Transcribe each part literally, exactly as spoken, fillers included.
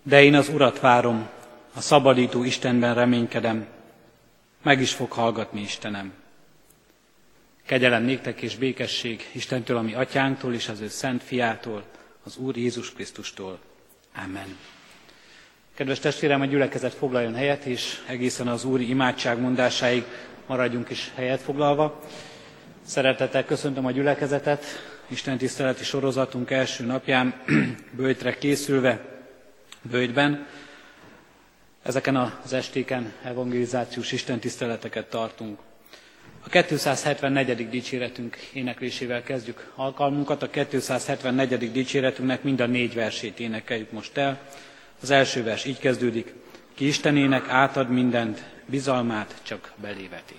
De én az Urat várom, a szabadító Istenben reménykedem, meg is fog hallgatni Istenem. Kegyelem néktek és békesség Istentől, ami atyánktól és az ő szent fiától, az Úr Jézus Krisztustól. Amen. Kedves testvérem, a gyülekezet foglaljon helyet, és egészen az úri imádság mondásáig maradjunk is helyet foglalva. Szeretettel köszöntöm a gyülekezetet, Isten tiszteleti sorozatunk első napján, böjtre készülve, böjtben. Ezeken az estéken evangelizációs istentiszteleteket tartunk. A kétszázhetvennegyedik dicséretünk éneklésével kezdjük alkalmunkat. A kétszázhetvennegyedik dicséretünknek mind a négy versét énekeljük most el. Az első vers így kezdődik: ki Istenének átad mindent, bizalmát csak beléveti.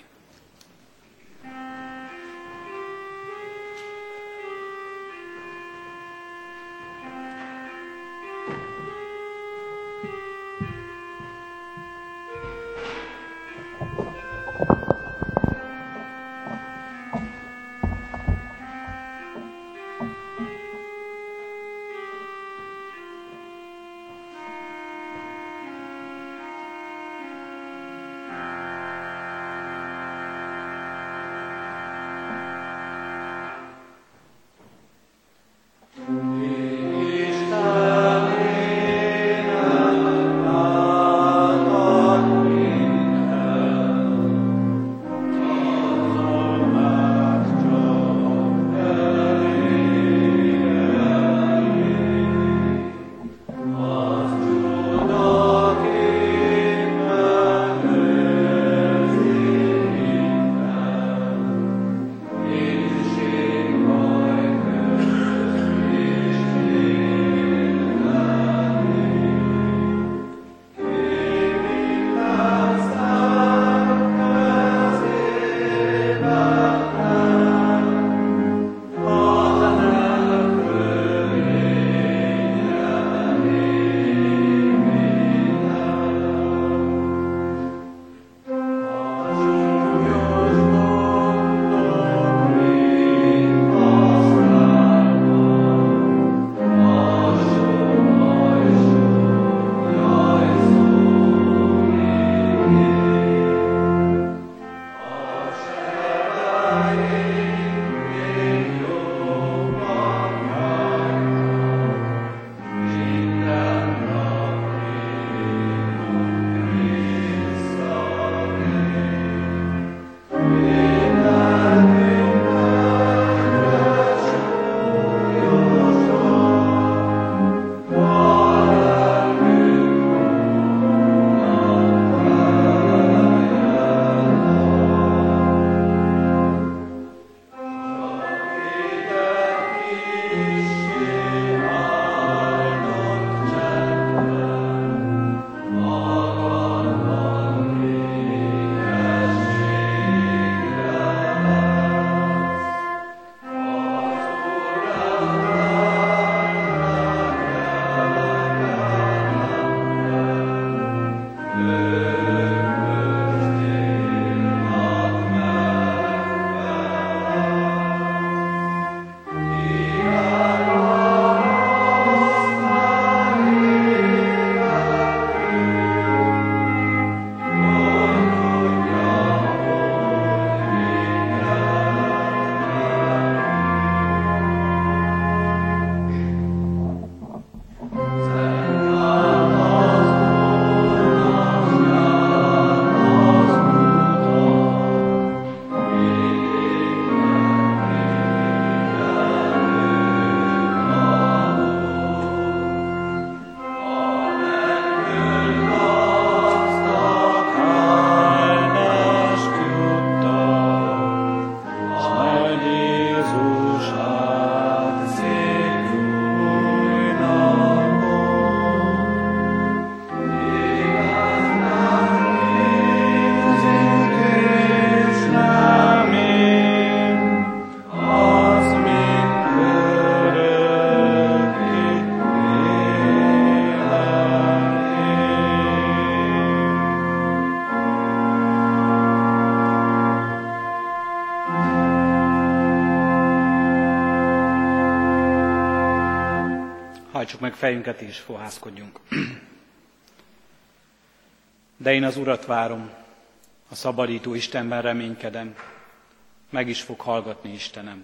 Hajtsuk meg fejünket és fohászkodjunk. De én az Urat várom, a szabadító Istenben reménykedem, meg is fog hallgatni Istenem.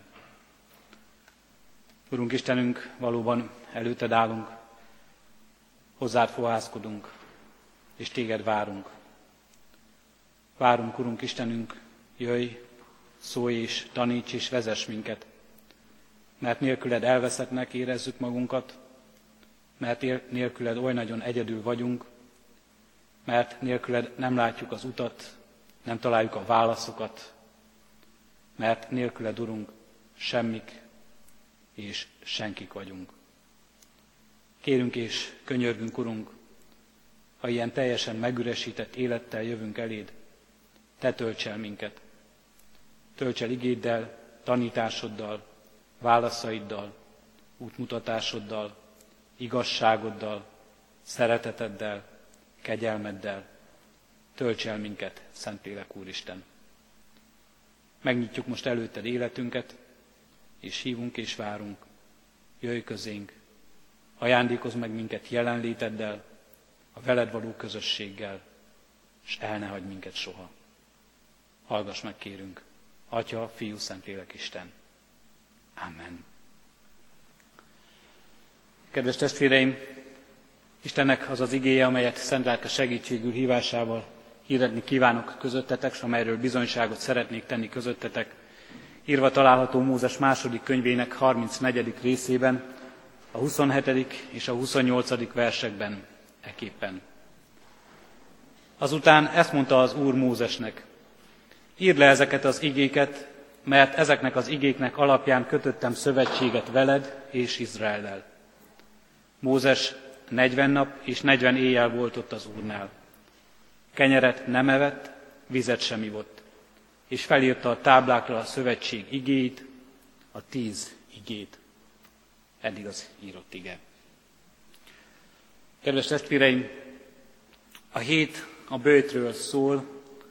Urunk Istenünk, valóban előtted állunk, hozzád fohászkodunk, és téged várunk. Várunk, Urunk Istenünk, jöjj, szólj és taníts és vezess minket, mert nélküled elveszettnek érezzük magunkat, mert nélküled oly nagyon egyedül vagyunk, mert nélküled nem látjuk az utat, nem találjuk a válaszokat, mert nélküled, Urunk, semmik és senkik vagyunk. Kérünk és könyörgünk, Urunk, ha ilyen teljesen megüresített élettel jövünk eléd, te tölts el minket. Tölts el igéddel, tanításoddal, válaszaiddal, útmutatásoddal, igazságoddal, szereteteddel, kegyelmeddel. Tölts el minket, Szentlélek Úristen. Megnyitjuk most előtted életünket, és hívunk és várunk. Jöjj közénk, ajándékozz meg minket jelenléteddel, a veled való közösséggel, és el ne hagyj minket soha. Hallgass meg, kérünk, Atya, Fiú, Szentlélek Isten. Amen. Kedves testvéreim, Istennek az az igéje, amelyet szent lelke segítségül hívásával hirdetni kívánok közöttetek, és amelyről bizonyságot szeretnék tenni közöttetek, írva található Mózes második könyvének harmincnegyedik részében, a huszonhetedik és a huszonnyolcadik versekben eképpen. Azután ezt mondta az Úr Mózesnek: írd le ezeket az igéket, mert ezeknek az igéknek alapján kötöttem szövetséget veled és Izraellel. Mózes negyven nap és negyven éjjel volt ott az Úrnál. Kenyeret nem evett, vizet sem ivott, és felírta a táblákra a szövetség igéit, a tíz igét. Eddig az írott ige. Kedves testvéreim, a hét a böjtről szól,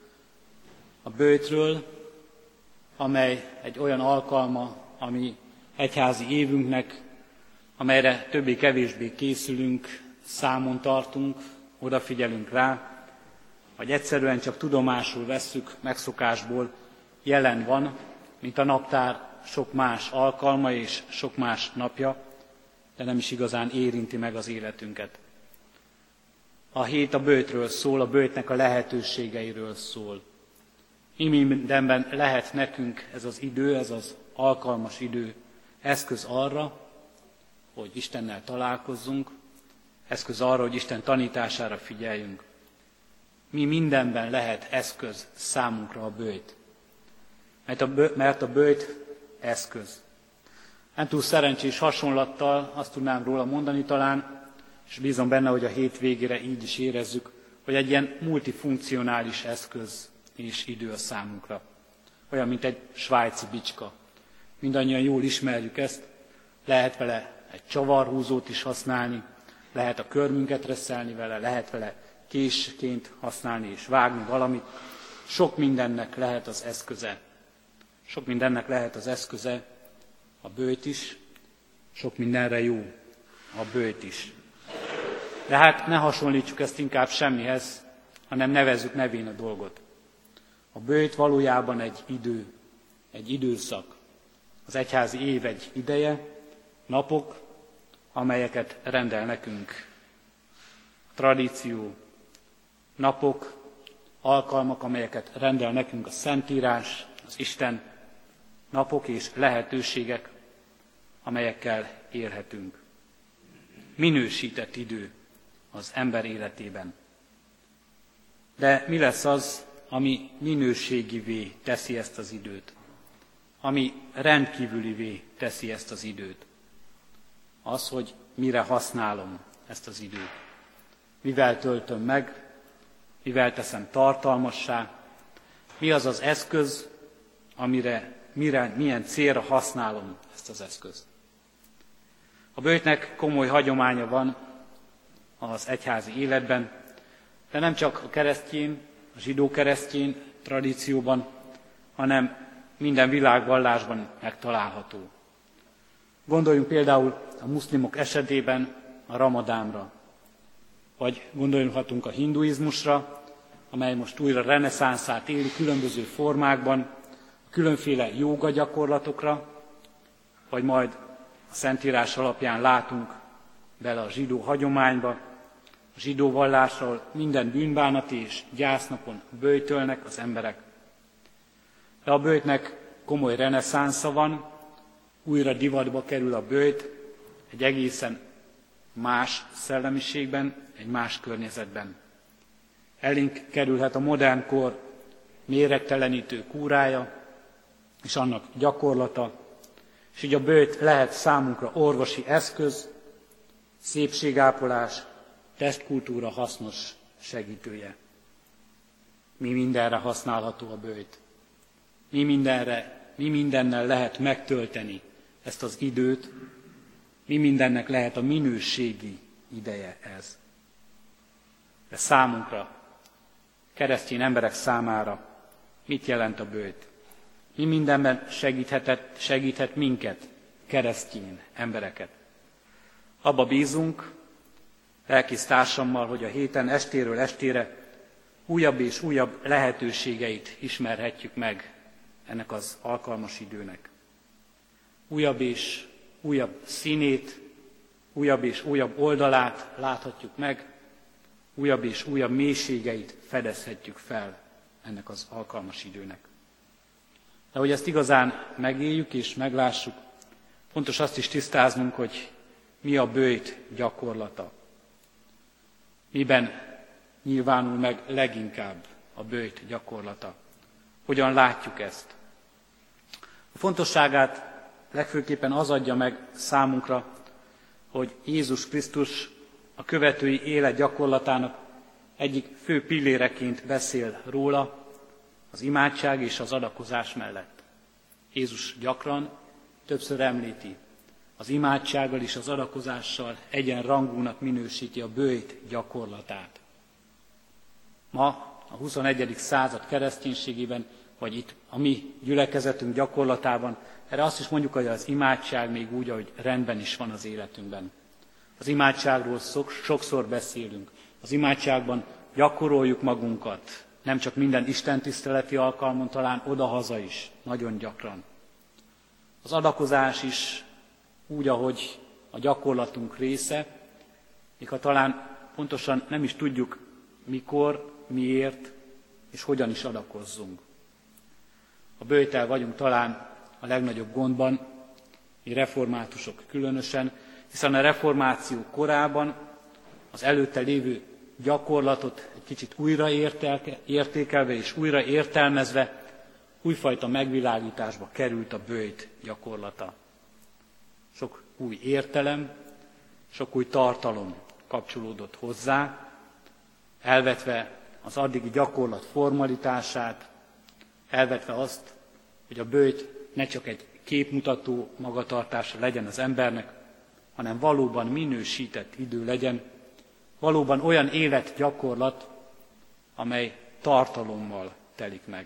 a böjtről, amely egy olyan alkalma, ami egyházi évünknek, amelyre többé-kevésbé készülünk, számon tartunk, odafigyelünk rá, vagy egyszerűen csak tudomásul vesszük megszokásból, jelen van, mint a naptár sok más alkalma és sok más napja, de nem is igazán érinti meg az életünket. A hét a böjtről szól, a böjtnek a lehetőségeiről szól. Mi mindenben lehet nekünk ez az idő, ez az alkalmas idő eszköz arra, hogy Istennel találkozzunk, eszköz arra, hogy Isten tanítására figyeljünk. Mi mindenben lehet eszköz számunkra a böjt. Mert a, böjt, mert a böjt eszköz. Nem túl szerencsés hasonlattal azt tudnám róla mondani talán, és bízom benne, hogy a hét végére így is érezzük, hogy egy ilyen multifunkcionális eszköz és idő a számunkra. Olyan, mint egy svájci bicska. Mindannyian jól ismerjük ezt, lehet vele egy csavarhúzót is használni, lehet a körmünket reszelni vele, lehet vele késként használni és vágni valamit. Sok mindennek lehet az eszköze. Sok mindennek lehet az eszköze, a böjt is, sok mindenre jó a böjt is. De hát ne hasonlítsuk ezt inkább semmihez, hanem nevezzük nevén a dolgot. A böjt valójában egy idő, egy időszak. Az egyházi év egy ideje, napok, amelyeket rendel nekünk. Tradíció, napok, alkalmak, amelyeket rendel nekünk a Szentírás, az Isten, napok és lehetőségek, amelyekkel élhetünk. Minősített idő az ember életében. De mi lesz az, ami minőségivé teszi ezt az időt? Ami rendkívülivé teszi ezt az időt? Az, hogy mire használom ezt az időt. Mivel töltöm meg, mivel teszem tartalmassá, mi az az eszköz, amire, mire, milyen célra használom ezt az eszközt. A böjtnek komoly hagyománya van az egyházi életben, de nem csak a keresztény, a zsidó-keresztény tradícióban, hanem minden világvallásban megtalálható. Gondoljunk például a muszlimok esetében a ramadánra, vagy gondolhatunk a hinduizmusra, amely most újra reneszánszát éli különböző formákban, különféle jóga gyakorlatokra, vagy majd a Szentírás alapján látunk bele a zsidó hagyományba, a zsidó vallásról minden bűnbánati és gyásznapon böjtölnek az emberek. De a böjtnek komoly reneszánsza van, újra divatba kerül a böjt egy egészen más szellemiségben, egy más környezetben. Elénk kerülhet a modern kor méregtelenítő kúrája és annak gyakorlata, és így a böjt lehet számunkra orvosi eszköz, szépségápolás, testkultúra hasznos segítője. Mi mindenre használható a böjt? Mi mindenre, mi mindennel lehet megtölteni ezt az időt? Mi mindennek lehet a minőségi ideje ez? De számunkra, keresztény emberek számára mit jelent a böjt? Mi mindenben segíthet, segíthet minket, keresztény embereket? Abba bízunk, lelkész társammal, hogy a héten estéről estére újabb és újabb lehetőségeit ismerhetjük meg ennek az alkalmas időnek. Újabb és újabb színét, újabb és újabb oldalát láthatjuk meg, újabb és újabb mélységeit fedezhetjük fel ennek az alkalmas időnek. De hogy ezt igazán megéljük és meglássuk, fontos azt is tisztáznunk, hogy mi a böjt gyakorlata. Miben nyilvánul meg leginkább a böjt gyakorlata? Hogyan látjuk ezt? A fontosságát legfőképpen az adja meg számunkra, hogy Jézus Krisztus a követői élet gyakorlatának egyik fő pilléreként beszél róla, az imádság és az adakozás mellett. Jézus gyakran, többször említi, az imádsággal és az adakozással egyenrangúnak minősíti a böjt gyakorlatát. Ma a huszonegyedik század kereszténységében, vagy itt a mi gyülekezetünk gyakorlatában, erre azt is mondjuk, hogy az imádság még úgy, ahogy rendben is van az életünkben. Az imádságról sokszor beszélünk. Az imádságban gyakoroljuk magunkat, nem csak minden istentiszteleti alkalmon, talán odahaza is, nagyon gyakran. Az adakozás is úgy, ahogy a gyakorlatunk része, még ha talán pontosan nem is tudjuk, mikor, miért és hogyan is adakozzunk. A böjttel vagyunk talán a legnagyobb gondban, mi reformátusok különösen, hiszen a reformáció korában az előtte lévő gyakorlatot egy kicsit újra értékelve és újra értelmezve újfajta megvilágításba került a böjt gyakorlata. Sok új értelem, sok új tartalom kapcsolódott hozzá, elvetve az addigi gyakorlat formalitását, elvetve azt, hogy a böjt ne csak egy képmutató magatartása legyen az embernek, hanem valóban minősített idő legyen, valóban olyan életgyakorlat, amely tartalommal telik meg.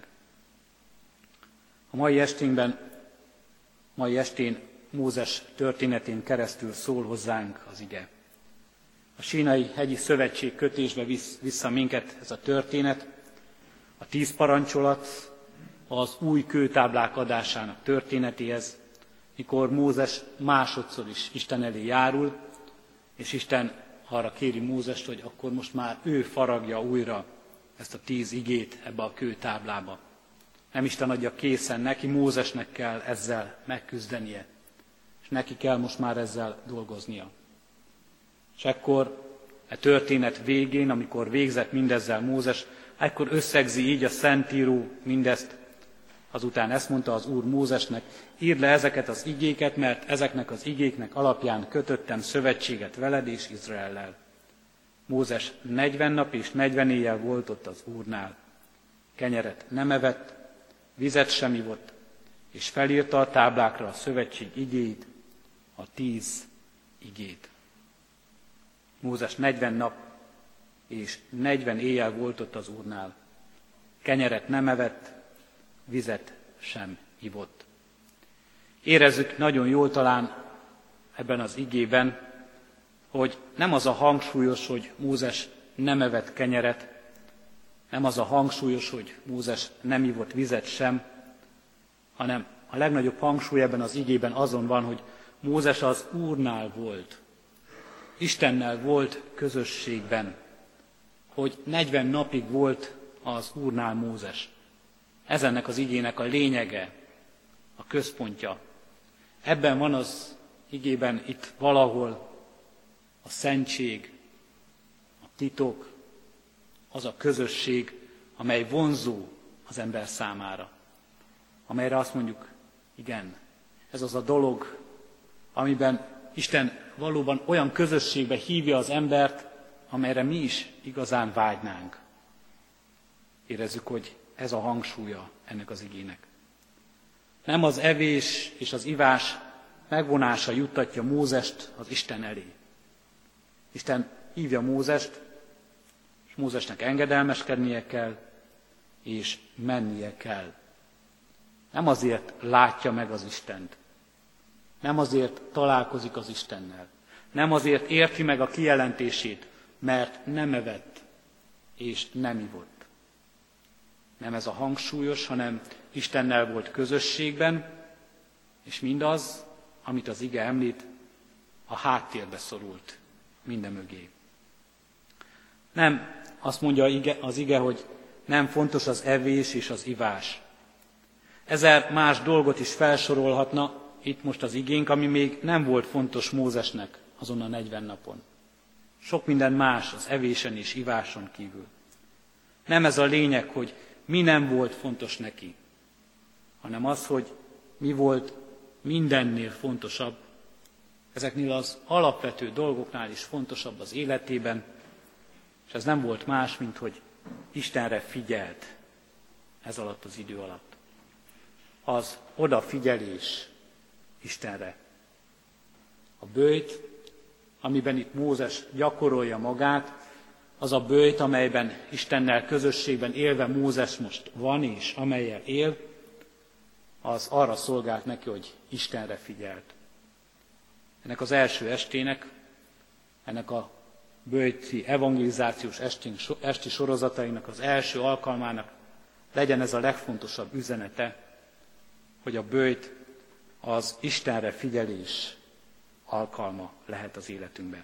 A mai esténkben, mai estén Mózes történetén keresztül szól hozzánk az ige. A Sínai hegyi szövetség kötésbe visz vissza minket ez a történet, a tíz parancsolat, az új kőtáblák adásának történetéhez, mikor Mózes másodszor is Isten elé járul, és Isten arra kéri Mózest, hogy akkor most már ő faragja újra ezt a tíz igét ebbe a kőtáblába. Nem Isten adja készen neki, Mózesnek kell ezzel megküzdenie, és neki kell most már ezzel dolgoznia. És ekkor a történet végén, amikor végzett mindezzel Mózes, ekkor összegzi így a Szentíró mindezt. Azután ezt mondta az Úr Mózesnek, írd le ezeket az igéket, mert ezeknek az igéknek alapján kötöttem szövetséget veled és Izraellel. Mózes negyven nap és negyven éjjel volt ott az Úrnál. Kenyeret nem evett, vizet sem ivott, és felírta a táblákra a szövetség igéit, a tíz igét. Mózes negyven nap és negyven éjjel volt ott az Úrnál. Kenyeret nem evett, vizet sem ivott. Érezzük nagyon jól talán ebben az igében, hogy nem az a hangsúlyos, hogy Mózes nem evett kenyeret, Nem az a hangsúlyos, hogy Mózes nem ivott vizet sem, hanem a legnagyobb hangsúly ebben az igében azon van, hogy Mózes az Úrnál volt. Istennel volt közösségben, hogy negyven napig volt az Úrnál Mózes. Ez ennek az igének a lényege, a központja. Ebben van az igében itt valahol a szentség, a titok, az a közösség, amely vonzó az ember számára. Amelyre azt mondjuk, igen, ez az a dolog, amiben Isten valóban olyan közösségbe hívja az embert, amelyre mi is igazán vágynánk. Érezzük, hogy ez a hangsúlya ennek az igének. Nem az evés és az ivás megvonása juttatja Mózest az Isten elé. Isten hívja Mózest, és Mózesnek engedelmeskednie kell, és mennie kell. Nem azért látja meg az Istent, nem azért találkozik az Istennel, nem azért érti meg a kijelentését, mert nem evett és nem ivott. Nem ez a hangsúlyos, hanem Istennel volt közösségben, és mindaz, amit az ige említ, a háttérbe szorult minden mögé. Nem azt mondja az ige, hogy nem fontos az evés és az ivás. Ezer más dolgot is felsorolhatna itt most az igénk, ami még nem volt fontos Mózesnek azon a negyven napon. Sok minden más az evésen és iváson kívül. Nem ez a lényeg, hogy mi nem volt fontos neki, hanem az, hogy mi volt mindennél fontosabb, ezeknél az alapvető dolgoknál is fontosabb az életében, és ez nem volt más, mint hogy Istenre figyelt ez alatt az idő alatt. Az odafigyelés Istenre. A böjt, amiben itt Mózes gyakorolja magát, az a böjt, amelyben Istennel közösségben élve Mózes most van és amellyel él, az arra szolgált neki, hogy Istenre figyelt. Ennek az első estének, ennek a böjti evangelizációs estén, esti sorozatainak az első alkalmának legyen ez a legfontosabb üzenete, hogy a böjt az Istenre figyelés alkalma lehet az életünkben.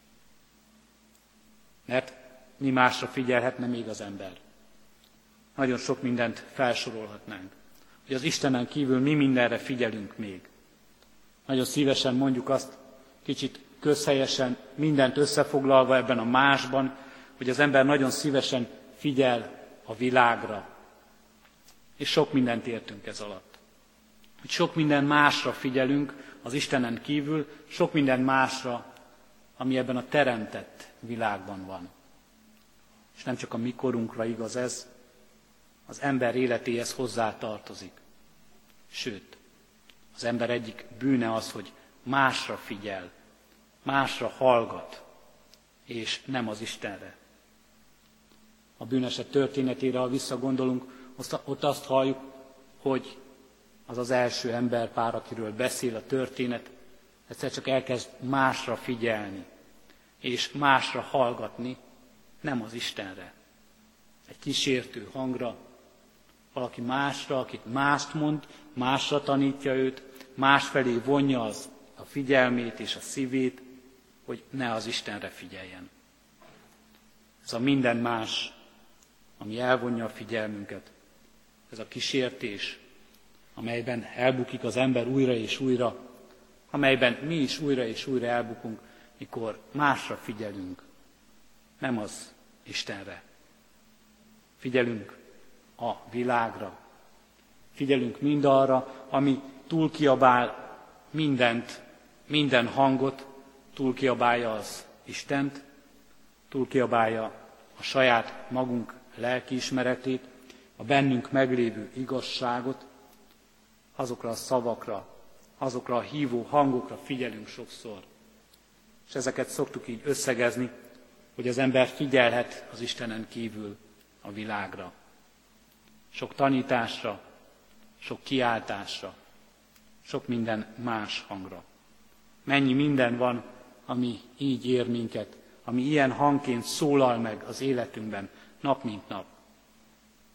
Mert mi másra figyelhetne még az ember? Nagyon sok mindent felsorolhatnánk. Hogy az Istenen kívül mi mindenre figyelünk még. Nagyon szívesen mondjuk azt, kicsit közhelyesen, mindent összefoglalva ebben a másban, hogy az ember nagyon szívesen figyel a világra. És sok mindent értünk ez alatt. Hogy sok minden másra figyelünk az Istenen kívül, sok minden másra, ami ebben a teremtett világban van. És nem csak a mi korunkra igaz ez, az ember életéhez hozzá tartozik. Sőt, az ember egyik bűne az, hogy másra figyel, másra hallgat, és nem az Istenre. A bűneset történetére, ha visszagondolunk, ott azt halljuk, hogy az az első emberpár, akiről beszél a történet, egyszer csak elkezd másra figyelni, és másra hallgatni, nem az Istenre. Egy kísértő hangra, valaki másra, akit mást mond, másra tanítja őt, másfelé vonja az a figyelmét és a szívét, hogy ne az Istenre figyeljen. Ez a minden más, ami elvonja a figyelmünket, ez a kísértés, amelyben elbukik az ember újra és újra, amelyben mi is újra és újra elbukunk, mikor másra figyelünk, nem az Istenre. Figyelünk a világra, figyelünk mindarra, ami túlkiabál mindent, minden hangot, túlkiabálja az Istent, túlkiabálja a saját magunk lelkiismeretét, a bennünk meglévő igazságot, azokra a szavakra, azokra a hívó hangokra figyelünk sokszor. És ezeket szoktuk így összegezni, hogy az ember figyelhet az Istenen kívül a világra. Sok tanításra, sok kiáltásra, sok minden más hangra. Mennyi minden van, ami így ér minket, ami ilyen hangként szólal meg az életünkben, nap mint nap.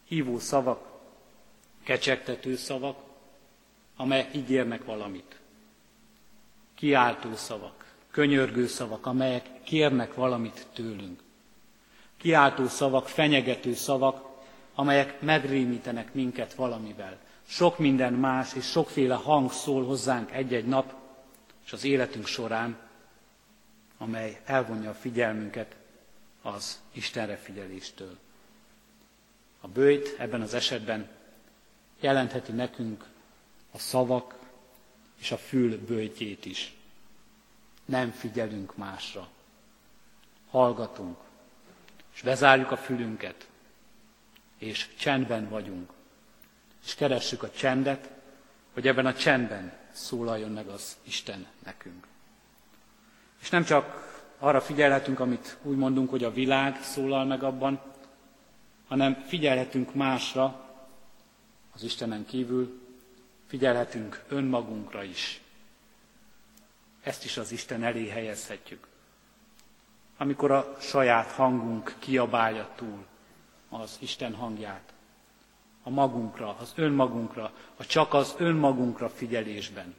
hívó szavak, kecsegtető szavak, amelyek ígérnek valamit. Kiáltó szavak, könyörgő szavak, amelyek kérnek valamit tőlünk. Kiáltó szavak, fenyegető szavak, amelyek megrémítenek minket valamivel. Sok minden más és sokféle hang szól hozzánk egy-egy nap, és az életünk során, amely elvonja a figyelmünket az Istenre figyeléstől. A böjt ebben az esetben jelentheti nekünk a szavak és a fül böjtjét is. Nem figyelünk másra. Hallgatunk, és bezárjuk a fülünket, és csendben vagyunk, és keressük a csendet, hogy ebben a csendben szólaljon meg az Isten nekünk. És nem csak arra figyelhetünk, amit úgy mondunk, hogy a világ szólal meg abban, hanem figyelhetünk másra, az Istenen kívül, figyelhetünk önmagunkra is. Ezt is az Isten elé helyezhetjük. Amikor a saját hangunk kiabálja túl az Isten hangját, a magunkra, az önmagunkra, a csak az önmagunkra figyelésben.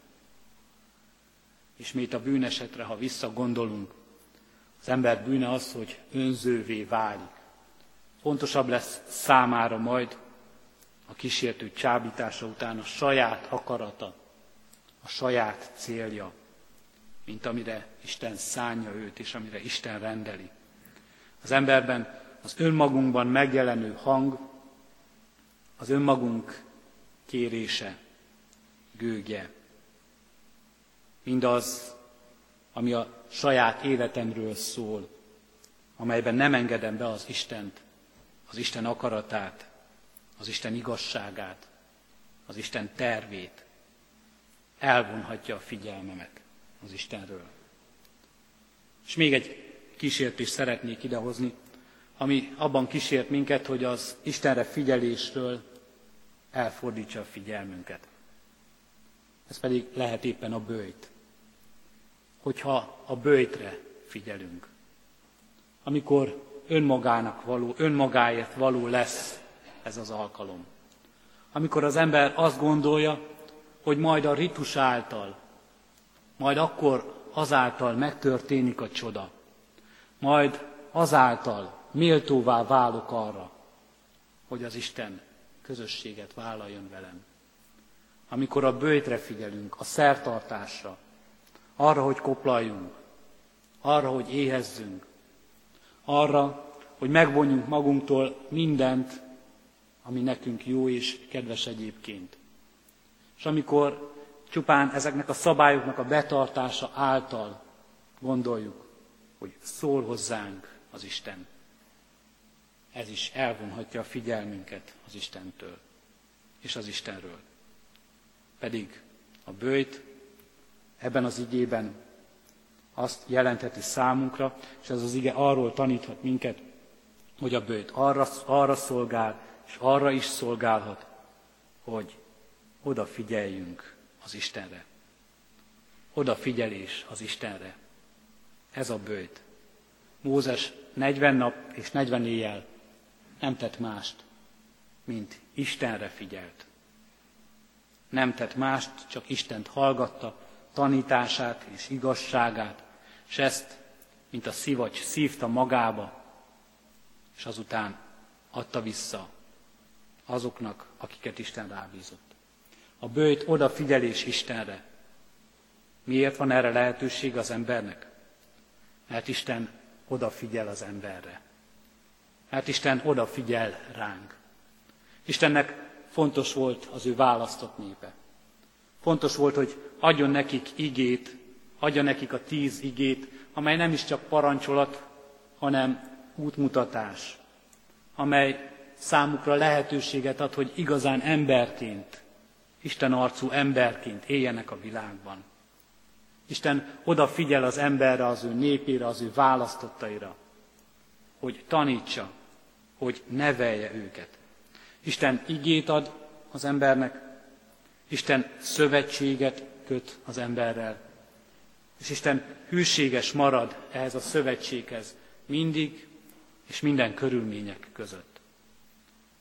Ismét a bűnesetre, ha visszagondolunk, az ember bűne az, hogy önzővé válik. Fontosabb lesz számára majd a kísértő csábítása után a saját akarata, a saját célja, mint amire Isten szánja őt, és amire Isten rendeli. Az emberben, az önmagunkban megjelenő hang, az önmagunk kérése, gőgje. Mindaz, ami a saját életemről szól, amelyben nem engedem be az Istent, az Isten akaratát, az Isten igazságát, az Isten tervét, elvonhatja a figyelmemet az Istenről. És még egy kísértést szeretnék idehozni, ami abban kísért minket, hogy az Istenre figyelésről elfordítsa a figyelmünket. Ez pedig lehet éppen a böjt. Hogyha a böjtre figyelünk, amikor önmagának való, önmagáért való lesz ez az alkalom. Amikor az ember azt gondolja, hogy majd a ritus által, majd akkor azáltal megtörténik a csoda, majd azáltal méltóvá válok arra, hogy az Isten közösséget vállaljon velem. Amikor a böjtre figyelünk, a szertartásra, arra, hogy koplaljunk, arra, hogy éhezzünk, arra, hogy megvonjunk magunktól mindent, ami nekünk jó és kedves egyébként. És amikor csupán ezeknek a szabályoknak a betartása által gondoljuk, hogy szól hozzánk az Isten, ez is elvonhatja a figyelmünket az Istentől és az Istenről. Pedig a böjt ebben az igében azt jelentheti számunkra, és ez az ige arról taníthat minket, hogy a böjt arra, arra szolgál, és arra is szolgálhat, hogy odafigyeljünk az Istenre. Odafigyelés az Istenre. Ez a böjt. Mózes negyven nap és negyven éjjel nem tett mást, mint Istenre figyelt. Nem tett mást, csak Istent hallgatta, tanítását és igazságát, és ezt, mint a szivacs, szívta magába, és azután adta vissza azoknak, akiket Isten rábízott. A böjt odafigyelés Istenre. Miért van erre lehetőség az embernek? Mert Isten odafigyel az emberre. Mert Isten odafigyel ránk. Istennek fontos volt az ő választott népe. Fontos volt, hogy adjon nekik igét, adja nekik a tíz igét, amely nem is csak parancsolat, hanem útmutatás, amely számukra lehetőséget ad, hogy igazán emberként, Isten arcú emberként éljenek a világban. Isten odafigyel az emberre, az ő népére, az ő választottaira, hogy tanítsa, hogy nevelje őket. Isten igét ad az embernek, Isten szövetséget köt az emberrel, és Isten hűséges marad ehhez a szövetséghez mindig és minden körülmények között.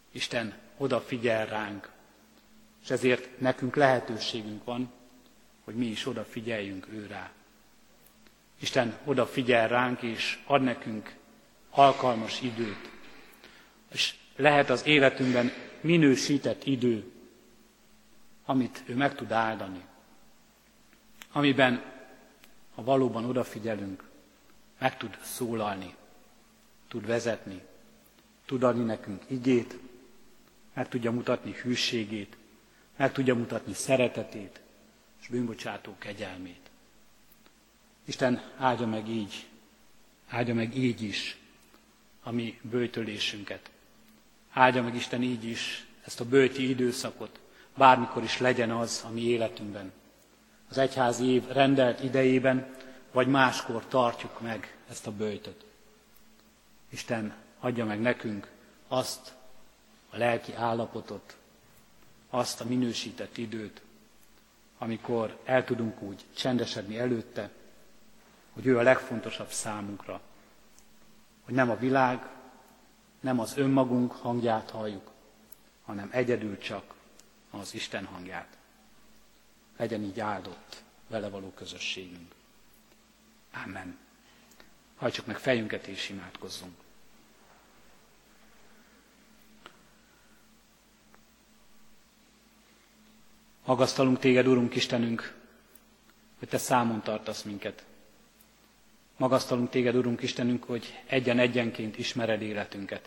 Isten odafigyel ránk, és ezért nekünk lehetőségünk van, hogy mi is odafigyeljünk ő rá. Isten odafigyel ránk, és ad nekünk alkalmas időt. És lehet az életünkben minősített idő, amit ő meg tud áldani. Amiben, ha valóban odafigyelünk, meg tud szólalni, tud vezetni, tud adni nekünk igét, meg tudja mutatni hűségét, meg tudja mutatni szeretetét és bűnbocsátó kegyelmét. Isten áldja meg így, áldja meg így is a mi böjtölésünket. Áldja meg Isten így is ezt a böjti időszakot, bármikor is legyen az a mi életünkben. Az egyházi év rendelt idejében, vagy máskor tartjuk meg ezt a böjtöt. Isten adja meg nekünk azt a lelki állapotot, azt a minősített időt, amikor el tudunk úgy csendesedni előtte, hogy ő a legfontosabb számunkra, hogy nem a világ, nem az önmagunk hangját halljuk, hanem egyedül csak az Isten hangját. Legyen így áldott vele való közösségünk. Amen. Hajtsuk meg fejünket és imádkozzunk. Magasztalunk téged, Urunk Istenünk, hogy te számon tartasz minket. Magasztalunk téged, Urunk Istenünk, hogy egyen-egyenként ismered életünket.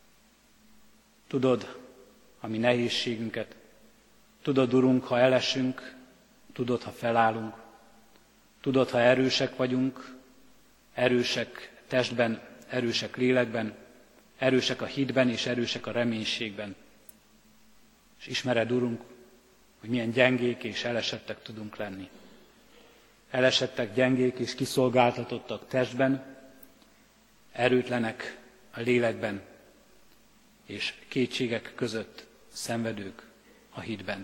Tudod a mi nehézségünket, tudod, Urunk, ha elesünk, tudod, ha felállunk, tudod, ha erősek vagyunk, erősek testben, erősek lélekben, erősek a hitben és erősek a reménységben. És ismered, Urunk, hogy milyen gyengék és elesettek tudunk lenni. Elesettek, gyengék és kiszolgáltatottak testben, erőtlenek a lélekben, és kétségek között szenvedők a hitben.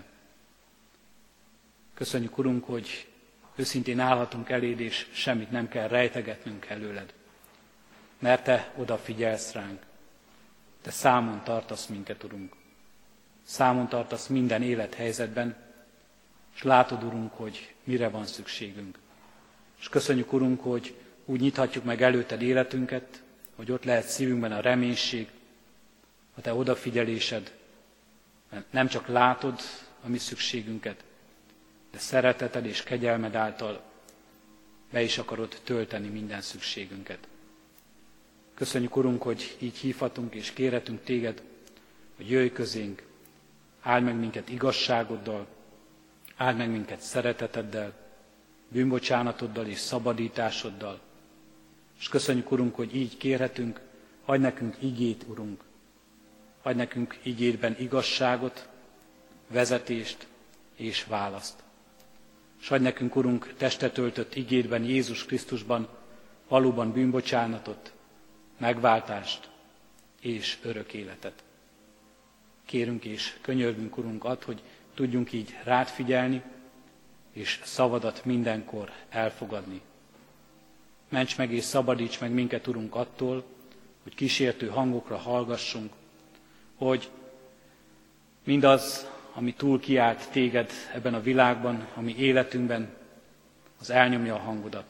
Köszönjük, Urunk, hogy őszintén állhatunk eléd, és semmit nem kell rejtegetnünk előled. Mert te odafigyelsz ránk. Te számon tartasz minket, Urunk. Számon tartasz minden élethelyzetben, és látod, Urunk, hogy mire van szükségünk. És köszönjük, Urunk, hogy úgy nyithatjuk meg előtted életünket, hogy ott lehet szívünkben a reménység, a te odafigyelésed, mert nem csak látod a mi szükségünket, de szereteted és kegyelmed által be is akarod tölteni minden szükségünket. Köszönjük, Urunk, hogy így hívhatunk és kérhetünk téged, hogy jöjj közénk, áld meg minket igazságoddal, áld meg minket szereteteddel, bűnbocsánatoddal és szabadításoddal. És köszönjük, Urunk, hogy így kérhetünk, adj nekünk igét, Urunk, adj nekünk igédben igazságot, vezetést és választ. És adj nekünk, Urunk, testet öltött igédben, Jézus Krisztusban valóban bűnbocsánatot, megváltást és örök életet. Kérünk és könyörgünk, Urunk, add, hogy tudjunk így rád figyelni, és szavadat mindenkor elfogadni. Ments meg és szabadíts meg minket, Urunk, attól, hogy kísértő hangokra hallgassunk, hogy mindaz, ami túl kiált téged ebben a világban, a mi életünkben, az elnyomja a hangodat.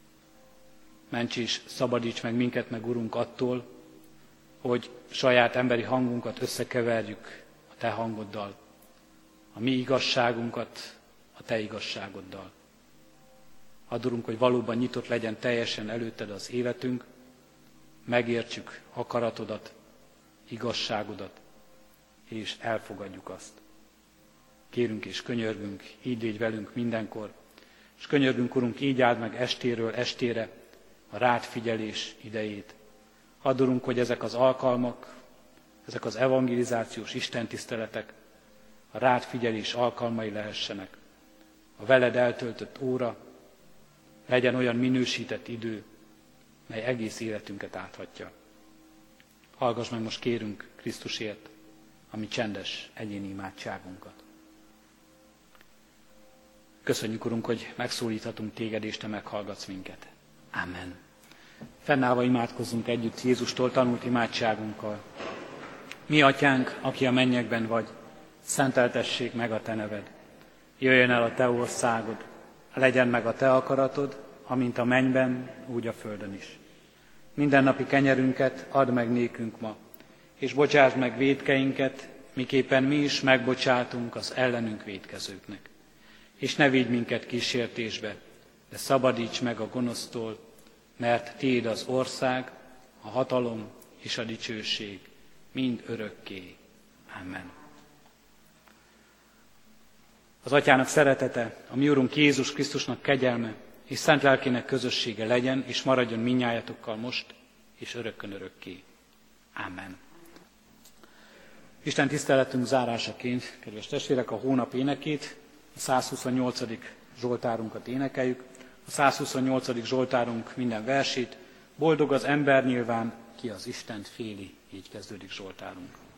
Ments és szabadíts meg minket, meg Urunk, attól, hogy saját emberi hangunkat összekeverjük a te hangoddal, a mi igazságunkat a te igazságoddal. Add, Urunk, hogy valóban nyitott legyen teljesen előtted az életünk, megértsük akaratodat, igazságodat, és elfogadjuk azt. Kérünk és könyörgünk, így légy velünk mindenkor, és könyörgünk, Urunk, így áld meg estéről estére a rád figyelés idejét. Add, Urunk, hogy ezek az alkalmak, ezek az evangelizációs istentiszteletek a rád figyelés alkalmai lehessenek. A veled eltöltött óra legyen olyan minősített idő, mely egész életünket áthatja. Hallgass meg most, kérünk, Krisztusért a mi csendes egyéni imádságunkat. Köszönjük, Urunk, hogy megszólíthatunk téged, és te meghallgatsz minket. Amen. Fennállva imádkozzunk együtt Jézustól tanult imádságunkkal. Mi atyánk, aki a mennyekben vagy, szenteltessék meg a te neved. Jöjjön el a te országod, legyen meg a te akaratod, amint a mennyben, úgy a földön is. Mindennapi kenyerünket add meg nékünk ma, és bocsásd meg vétkeinket, miképpen mi is megbocsátunk az ellenünk vétkezőknek. És ne vigy minket kísértésbe, de szabadíts meg a gonosztól, mert tiéd az ország, a hatalom és a dicsőség mind örökké. Amen. Az Atyának szeretete, a mi Urunk Jézus Krisztusnak kegyelme és szent lelkének közössége legyen, és maradjon mindnyájatokkal most, és örökkön örökké. Amen. Isten tiszteletünk zárásaként, kedves testvérek, a hónap énekét, a százhuszonnyolcadik Zsoltárunkat énekeljük. A százhuszonnyolcadik Zsoltárunk minden versét, boldog az ember nyilván, ki az Istent féli, így kezdődik Zsoltárunk.